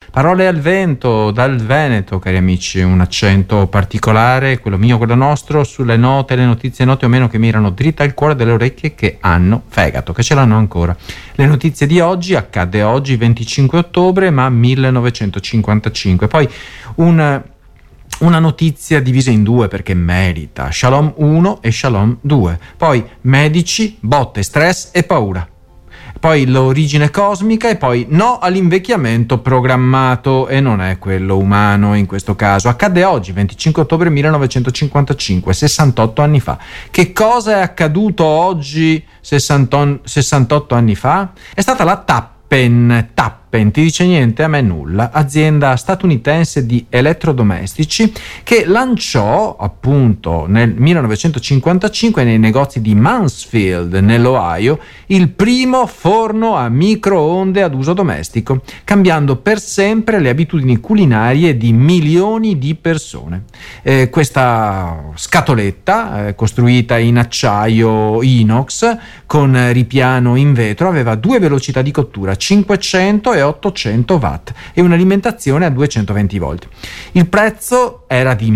Parole al vento dal Veneto, cari amici, un accento particolare, quello mio, quello nostro, sulle note, le notizie note o meno che mirano dritte al cuore delle orecchie che hanno fegato, che ce l'hanno ancora. Le notizie di oggi, accade oggi 25 ottobre ma 1955. Poi una notizia divisa in due perché merita. Shalom 1 e Shalom 2. Poi medici, botte, stress e paura. Poi l'origine cosmica e poi no all'invecchiamento programmato, e non è quello umano in questo caso. Accade oggi, 25 ottobre 1955, 68 anni fa. Che cosa è accaduto oggi 68 anni fa? È stata la Tappen, ti dice niente? A me nulla. Azienda statunitense di elettrodomestici che lanciò appunto nel 1955 nei negozi di Mansfield nell'Ohio il primo forno a microonde ad uso domestico, cambiando per sempre le abitudini culinarie di milioni di persone. Questa scatoletta, costruita in acciaio inox con ripiano in vetro, aveva due velocità di cottura, 500 e 800 watt, e un'alimentazione a 220 volt. Il prezzo era di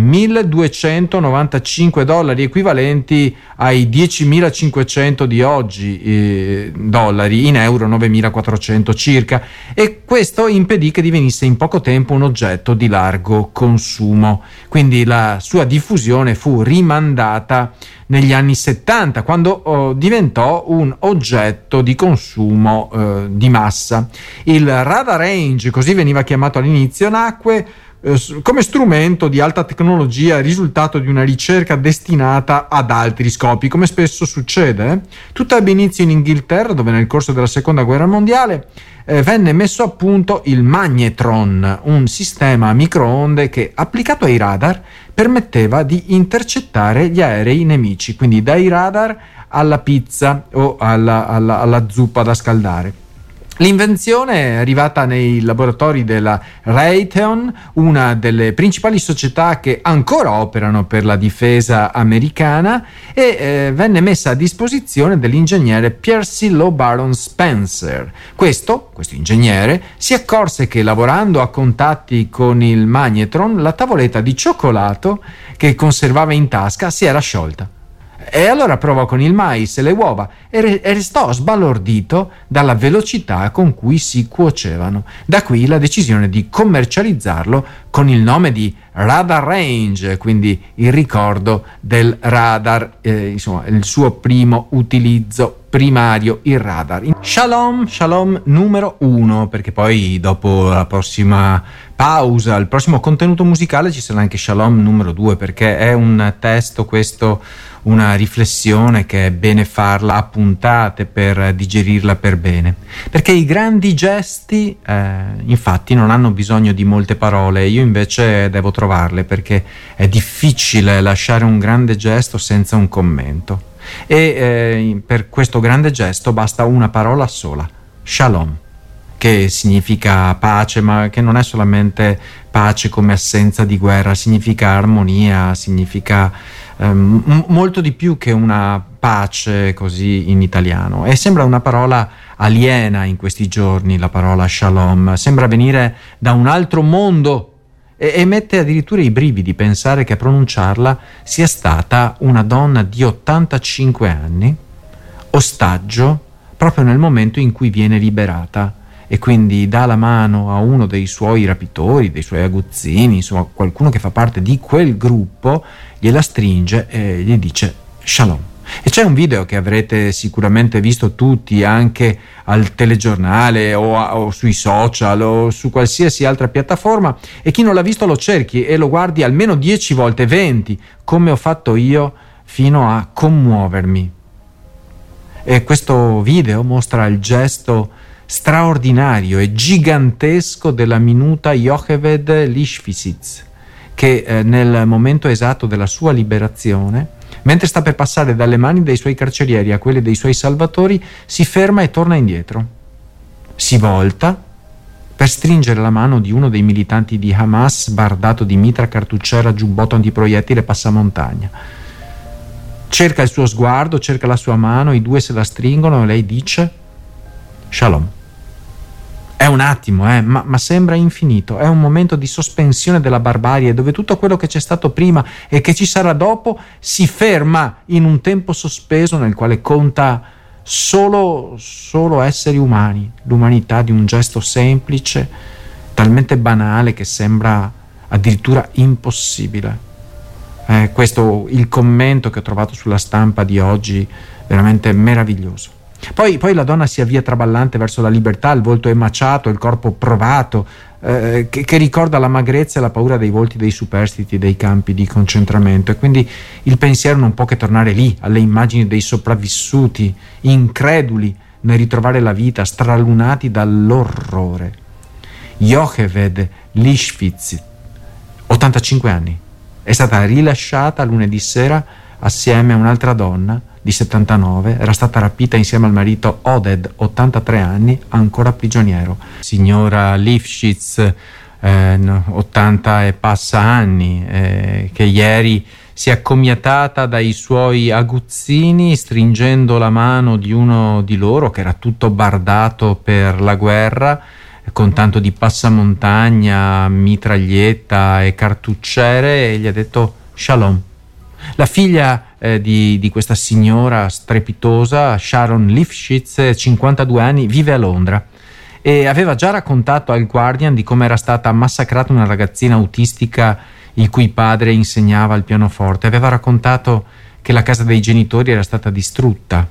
$1.295, equivalenti ai 10.500 di oggi, dollari, in euro 9.400 circa, e questo impedì che divenisse in poco tempo un oggetto di largo consumo. Quindi la sua diffusione fu rimandata negli anni 70, quando diventò un oggetto di consumo di massa. Il Radar Range, così veniva chiamato all'inizio, nacque come strumento di alta tecnologia, risultato di una ricerca destinata ad altri scopi, come spesso succede. Tutto ebbe inizio in Inghilterra, dove nel corso della seconda guerra mondiale venne messo a punto il magnetron, un sistema a microonde che, applicato ai radar, permetteva di intercettare gli aerei nemici, quindi dai radar alla pizza o alla zuppa da scaldare. L'invenzione è arrivata nei laboratori della Raytheon, una delle principali società che ancora operano per la difesa americana, e venne messa a disposizione dell'ingegnere Percy Lowe Baron Spencer. Questo ingegnere si accorse che, lavorando a contatti con il magnetron, la tavoletta di cioccolato che conservava in tasca si era sciolta. E allora provò con il mais e le uova e restò sbalordito dalla velocità con cui si cuocevano. Da qui la decisione di commercializzarlo con il nome di Radar Range, quindi il ricordo del radar, insomma il suo primo utilizzo primario, il radar. Shalom numero 1, perché poi dopo la prossima pausa, il prossimo contenuto musicale, ci sarà anche Shalom numero 2, perché è un testo, questo, una riflessione che è bene farla a puntate per digerirla per bene, perché i grandi gesti infatti non hanno bisogno di molte parole. Io invece devo trovarle, perché è difficile lasciare un grande gesto senza un commento, e per questo grande gesto basta una parola sola: Shalom, che significa pace, ma che non è solamente pace come assenza di guerra, significa armonia, significa molto di più che una pace così in italiano. E sembra una parola aliena in questi giorni, la parola Shalom, sembra venire da un altro mondo, e mette addirittura i brividi pensare che a pronunciarla sia stata una donna di 85 anni, ostaggio proprio nel momento in cui viene liberata, e quindi dà la mano a uno dei suoi rapitori, dei suoi aguzzini, insomma qualcuno che fa parte di quel gruppo, gliela stringe e gli dice Shalom. E c'è un video che avrete sicuramente visto tutti, anche al telegiornale o sui social o su qualsiasi altra piattaforma, e chi non l'ha visto lo cerchi e lo guardi almeno 10 volte, 20, come ho fatto io, fino a commuovermi. E questo video mostra il gesto straordinario e gigantesco della minuta Yocheved Lishvitsits, che nel momento esatto della sua liberazione, mentre sta per passare dalle mani dei suoi carcerieri a quelle dei suoi salvatori, si ferma e torna indietro. Si volta per stringere la mano di uno dei militanti di Hamas, bardato di mitra, cartuccera, giubbotto antiproiettile e passamontagna. Cerca il suo sguardo, cerca la sua mano, i due se la stringono e lei dice Shalom. È un attimo, ma sembra infinito. È un momento di sospensione della barbarie, dove tutto quello che c'è stato prima e che ci sarà dopo si ferma in un tempo sospeso nel quale conta solo esseri umani, l'umanità di un gesto semplice, talmente banale che sembra addirittura impossibile. Questo il commento che ho trovato sulla stampa di oggi, veramente meraviglioso. Poi la donna si avvia traballante verso la libertà, il volto emaciato, il corpo provato, che ricorda la magrezza e la paura dei volti dei superstiti dei campi di concentramento, e quindi il pensiero non può che tornare lì, alle immagini dei sopravvissuti, increduli nel ritrovare la vita, stralunati dall'orrore. Jocheved Lischwitz, 85 anni, è stata rilasciata lunedì sera assieme a un'altra donna di 79, era stata rapita insieme al marito Oded, 83 anni, ancora prigioniero. Signora Lifshitz, 80 e passa anni, che ieri si è accomiatata dai suoi aguzzini stringendo la mano di uno di loro che era tutto bardato per la guerra, con tanto di passamontagna, mitraglietta e cartucciere, e gli ha detto shalom. La figlia di questa signora strepitosa, Sharon Lifshitz, 52 anni, vive a Londra e aveva già raccontato al Guardian di come era stata massacrata una ragazzina autistica il cui padre insegnava il pianoforte. Aveva raccontato che la casa dei genitori era stata distrutta.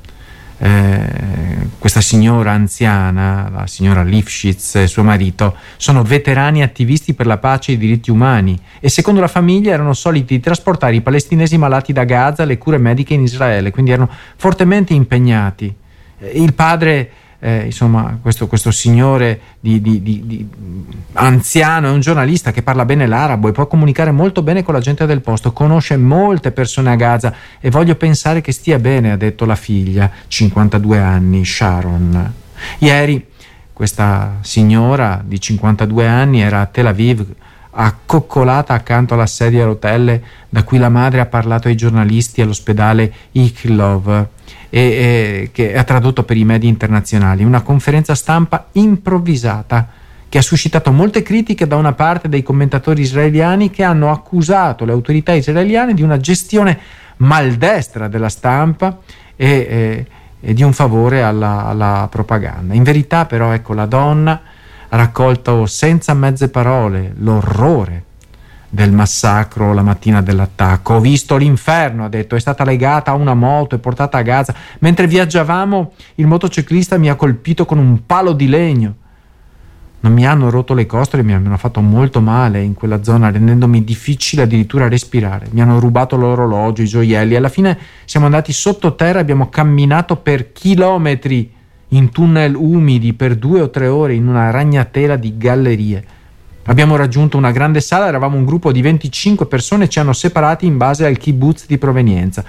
Questa signora anziana, la signora Lifshitz e suo marito, sono veterani attivisti per la pace e i diritti umani, e secondo la famiglia erano soliti trasportare i palestinesi malati da Gaza alle cure mediche in Israele, quindi erano fortemente impegnati. Il padre, insomma, questo signore di anziano, è un giornalista che parla bene l'arabo e può comunicare molto bene con la gente del posto, conosce molte persone a Gaza e voglio pensare che stia bene, ha detto la figlia, 52 anni, Sharon. Ieri questa signora di 52 anni era a Tel Aviv, accoccolata accanto alla sedia a rotelle da cui la madre ha parlato ai giornalisti all'ospedale Ichilov, e che ha tradotto per i media internazionali, una conferenza stampa improvvisata che ha suscitato molte critiche da una parte dei commentatori israeliani, che hanno accusato le autorità israeliane di una gestione maldestra della stampa e di un favore alla propaganda. In verità però, ecco, la donna ha raccolto senza mezze parole l'orrore del massacro la mattina dell'attacco. Ho visto l'inferno, ha detto, è stata legata a una moto e portata a Gaza. Mentre viaggiavamo, il motociclista mi ha colpito con un palo di legno. Non mi hanno rotto le costole, mi hanno fatto molto male in quella zona, rendendomi difficile addirittura respirare. Mi hanno rubato l'orologio, i gioielli. Alla fine siamo andati sottoterra e abbiamo camminato per chilometri in tunnel umidi per 2 o 3 ore in una ragnatela di gallerie. Abbiamo raggiunto una grande sala, eravamo un gruppo di 25 persone, ci hanno separati in base al kibbutz di provenienza.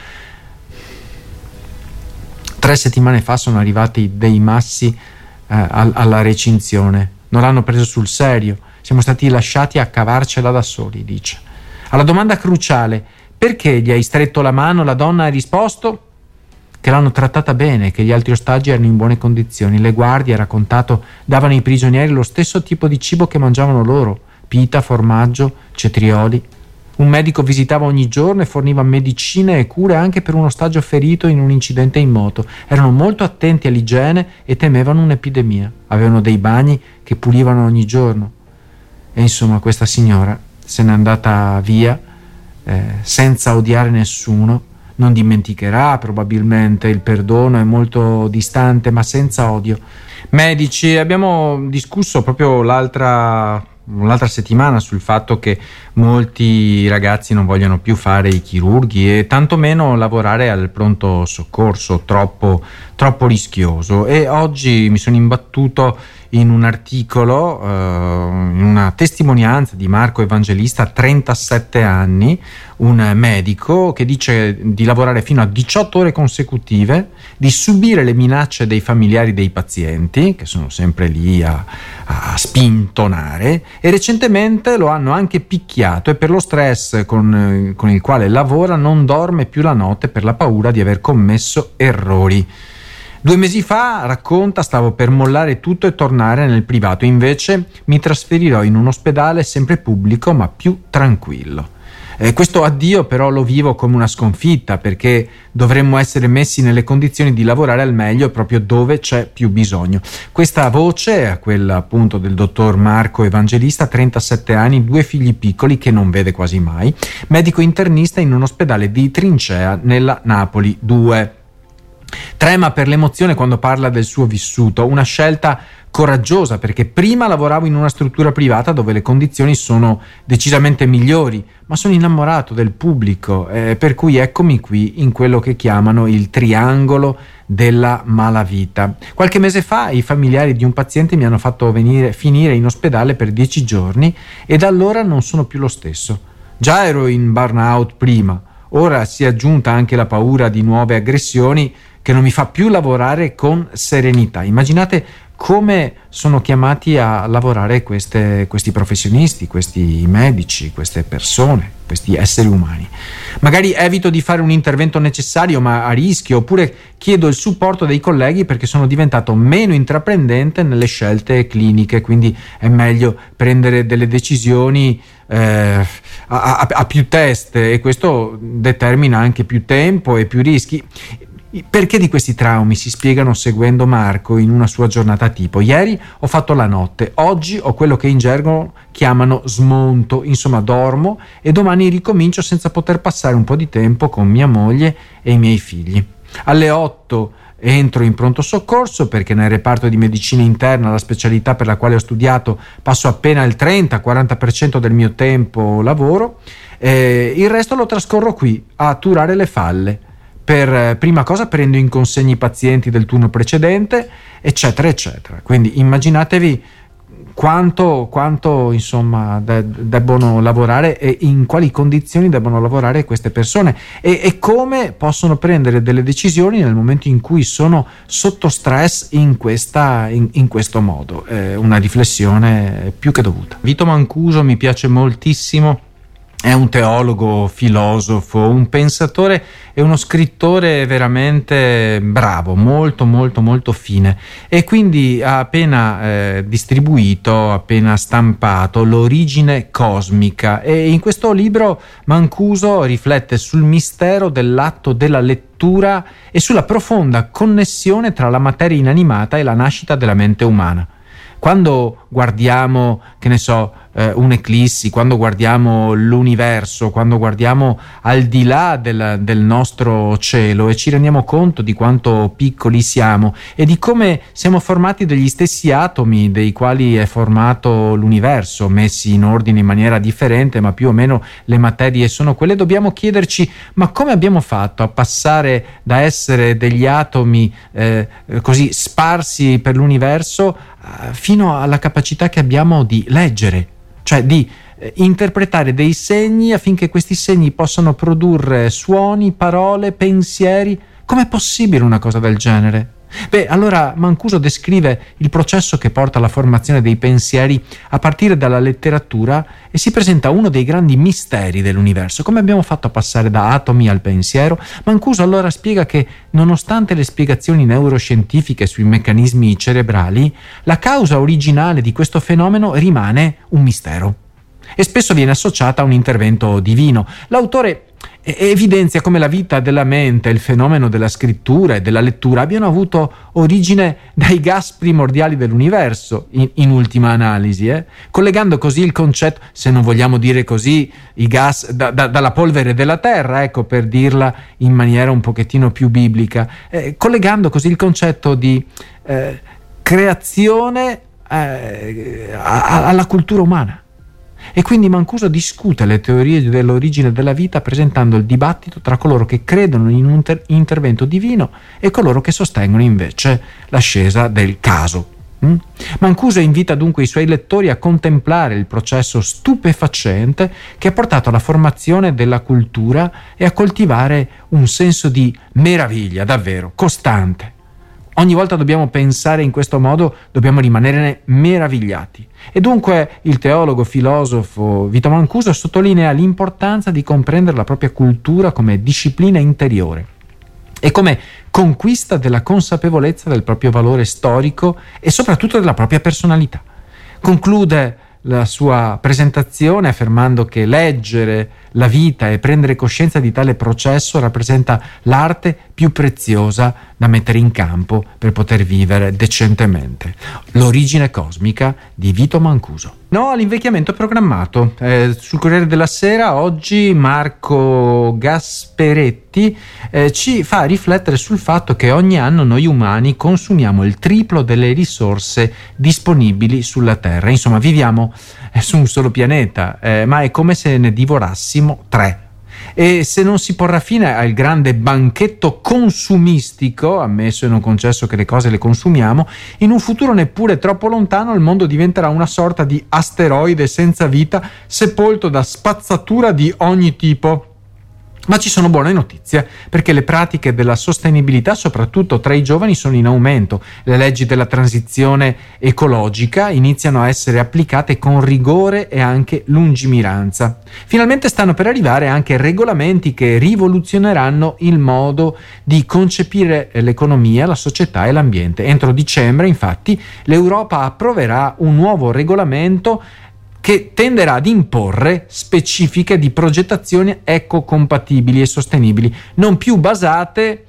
3 settimane fa sono arrivati dei massi alla recinzione, non l'hanno preso sul serio, siamo stati lasciati a cavarcela da soli, dice. Alla domanda cruciale, perché gli hai stretto la mano, la donna ha risposto che l'hanno trattata bene, che gli altri ostaggi erano in buone condizioni. Le guardie, ha raccontato, davano ai prigionieri lo stesso tipo di cibo che mangiavano loro: pita, formaggio, cetrioli. Un medico visitava ogni giorno e forniva medicine e cure anche per un ostaggio ferito in un incidente in moto. Erano molto attenti all'igiene e temevano un'epidemia. Avevano dei bagni che pulivano ogni giorno. E insomma, questa signora se n'è andata via senza odiare nessuno. Non dimenticherà probabilmente, il perdono è molto distante, ma senza odio. Medici, abbiamo discusso proprio l'altra settimana sul fatto che molti ragazzi non vogliono più fare i chirurghi e tantomeno lavorare al pronto soccorso, troppo rischioso. E oggi mi sono imbattuto in un articolo, in una testimonianza di Marco Evangelista, 37 anni, un medico che dice di lavorare fino a 18 ore consecutive, di subire le minacce dei familiari dei pazienti, che sono sempre lì a spintonare, e recentemente lo hanno anche picchiato, e per lo stress con il quale lavora non dorme più la notte per la paura di aver commesso errori. 2 mesi fa, racconta, stavo per mollare tutto e tornare nel privato, invece mi trasferirò in un ospedale sempre pubblico ma più tranquillo. Questo addio però lo vivo come una sconfitta, perché dovremmo essere messi nelle condizioni di lavorare al meglio proprio dove c'è più bisogno. Questa voce è quella appunto del dottor Marco Evangelista, 37 anni, 2 figli piccoli che non vede quasi mai, medico internista in un ospedale di trincea nella Napoli 2. Trema per l'emozione quando parla del suo vissuto, una scelta coraggiosa, perché prima lavoravo in una struttura privata dove le condizioni sono decisamente migliori, ma sono innamorato del pubblico, per cui eccomi qui in quello che chiamano il triangolo della malavita. Qualche mese fa i familiari di un paziente mi hanno fatto finire in ospedale per 10 giorni e da allora non sono più lo stesso. Già ero in burnout prima, ora si è aggiunta anche la paura di nuove aggressioni che non mi fa più lavorare con serenità. Immaginate come sono chiamati a lavorare questi professionisti, questi medici, queste persone, questi esseri umani. Magari evito di fare un intervento necessario ma a rischio, oppure chiedo il supporto dei colleghi perché sono diventato meno intraprendente nelle scelte cliniche, quindi è meglio prendere delle decisioni a più teste, e questo determina anche più tempo e più rischi. Perché di questi traumi si spiegano seguendo Marco in una sua giornata tipo. Ieri ho fatto la notte, oggi ho quello che in gergo chiamano smonto, insomma dormo e domani ricomincio senza poter passare un po' di tempo con mia moglie e i miei figli. Alle 8 entro in pronto soccorso perché nel reparto di medicina interna, la specialità per la quale ho studiato, passo appena il 30-40% del mio tempo lavoro, il resto lo trascorro qui a turare le falle. Per prima cosa prendo in consegna i pazienti del turno precedente, eccetera eccetera. Quindi immaginatevi quanto insomma debbono lavorare e in quali condizioni debbono lavorare queste persone e come possono prendere delle decisioni nel momento in cui sono sotto stress in questo modo. Una riflessione più che dovuta. Vito Mancuso mi piace moltissimo. È un teologo, filosofo, un pensatore e uno scrittore veramente bravo, molto molto molto fine, e quindi ha appena distribuito, appena stampato L'origine cosmica, e in questo libro Mancuso riflette sul mistero dell'atto della lettura e sulla profonda connessione tra la materia inanimata e la nascita della mente umana. Quando guardiamo, che ne so, un'eclissi, quando guardiamo l'universo, quando guardiamo al di là del nostro cielo e ci rendiamo conto di quanto piccoli siamo e di come siamo formati dagli stessi atomi dei quali è formato l'universo, messi in ordine in maniera differente, ma più o meno le materie sono quelle, dobbiamo chiederci: ma come abbiamo fatto a passare da essere degli atomi così sparsi per l'universo fino alla capacità che abbiamo di leggere, cioè di interpretare dei segni affinché questi segni possano produrre suoni, parole, pensieri? Com'è possibile una cosa del genere? Beh, allora Mancuso descrive il processo che porta alla formazione dei pensieri a partire dalla letteratura e si presenta uno dei grandi misteri dell'universo. Come abbiamo fatto a passare da atomi al pensiero? Mancuso allora spiega che, nonostante le spiegazioni neuroscientifiche sui meccanismi cerebrali, la causa originale di questo fenomeno rimane un mistero e spesso viene associata a un intervento divino. L'autore evidenzia come la vita della mente, il fenomeno della scrittura e della lettura abbiano avuto origine dai gas primordiali dell'universo, in ultima analisi, collegando così il concetto, se non vogliamo dire così, i gas dalla polvere della terra, ecco, per dirla in maniera un pochettino più biblica, collegando così il concetto di creazione alla cultura umana. E quindi Mancuso discute le teorie dell'origine della vita presentando il dibattito tra coloro che credono in un intervento divino e coloro che sostengono invece l'ascesa del caso. Mancuso invita dunque i suoi lettori a contemplare il processo stupefacente che ha portato alla formazione della cultura e a coltivare un senso di meraviglia davvero costante. Ogni volta dobbiamo pensare in questo modo, dobbiamo rimanere meravigliati. E dunque il teologo filosofo Vito Mancuso sottolinea l'importanza di comprendere la propria cultura come disciplina interiore. e come conquista della consapevolezza del proprio valore storico e soprattutto della propria personalità. Conclude la sua presentazione affermando che leggere la vita e prendere coscienza di tale processo rappresenta l'arte più preziosa da mettere in campo per poter vivere decentemente. L'origine cosmica di Vito Mancuso. No all'invecchiamento programmato. Sul Corriere della Sera oggi Marco Gasperetti ci fa riflettere sul fatto che ogni anno noi umani consumiamo il triplo delle risorse disponibili sulla Terra. Insomma, viviamo su un solo pianeta, ma è come se ne divorassimo 3. E se non si porrà fine al grande banchetto consumistico, ammesso e non concesso che le cose le consumiamo, in un futuro neppure troppo lontano il mondo diventerà una sorta di asteroide senza vita, sepolto da spazzatura di ogni tipo. Ma ci sono buone notizie, perché le pratiche della sostenibilità, soprattutto tra i giovani, sono in aumento. Le leggi della transizione ecologica iniziano a essere applicate con rigore e anche lungimiranza. Finalmente stanno per arrivare anche regolamenti che rivoluzioneranno il modo di concepire l'economia, la società e l'ambiente. Entro dicembre, infatti, l'Europa approverà un nuovo regolamento che tenderà ad imporre specifiche di progettazione ecocompatibili e sostenibili, non più basate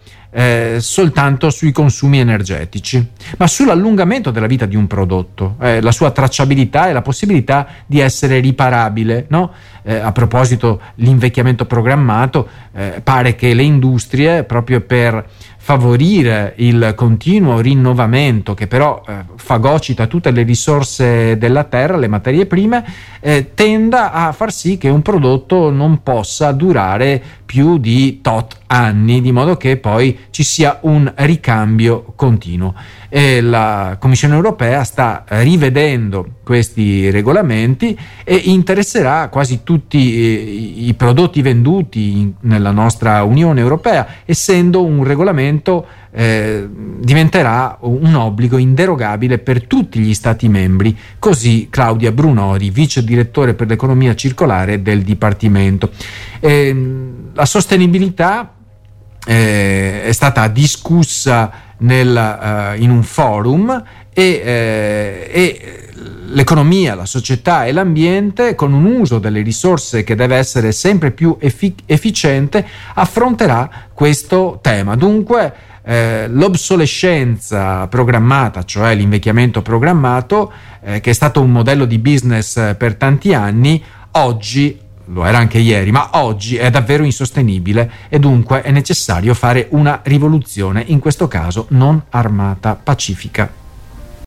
soltanto sui consumi energetici, ma sull'allungamento della vita di un prodotto, la sua tracciabilità e la possibilità di essere riparabile, no? A proposito, l'invecchiamento programmato, pare che le industrie, proprio per favorire il continuo rinnovamento che però fagocita tutte le risorse della terra, le materie prime, tenda a far sì che un prodotto non possa durare più di tot anni, di modo che poi ci sia un ricambio continuo. E la Commissione europea sta rivedendo questi regolamenti e interesserà quasi tutti i prodotti venduti nella nostra Unione Europea, essendo un regolamento diventerà un obbligo inderogabile per tutti gli Stati membri, così Claudia Brunori, vice direttore per l'economia circolare del Dipartimento. La sostenibilità è stata discussa in un forum e l'economia, la società e l'ambiente, con un uso delle risorse che deve essere sempre più efficiente, affronterà questo tema. Dunque l'obsolescenza programmata, cioè l'invecchiamento programmato, che è stato un modello di business per tanti anni, oggi, lo era anche ieri, ma oggi è davvero insostenibile e dunque è necessario fare una rivoluzione, in questo caso non armata, pacifica.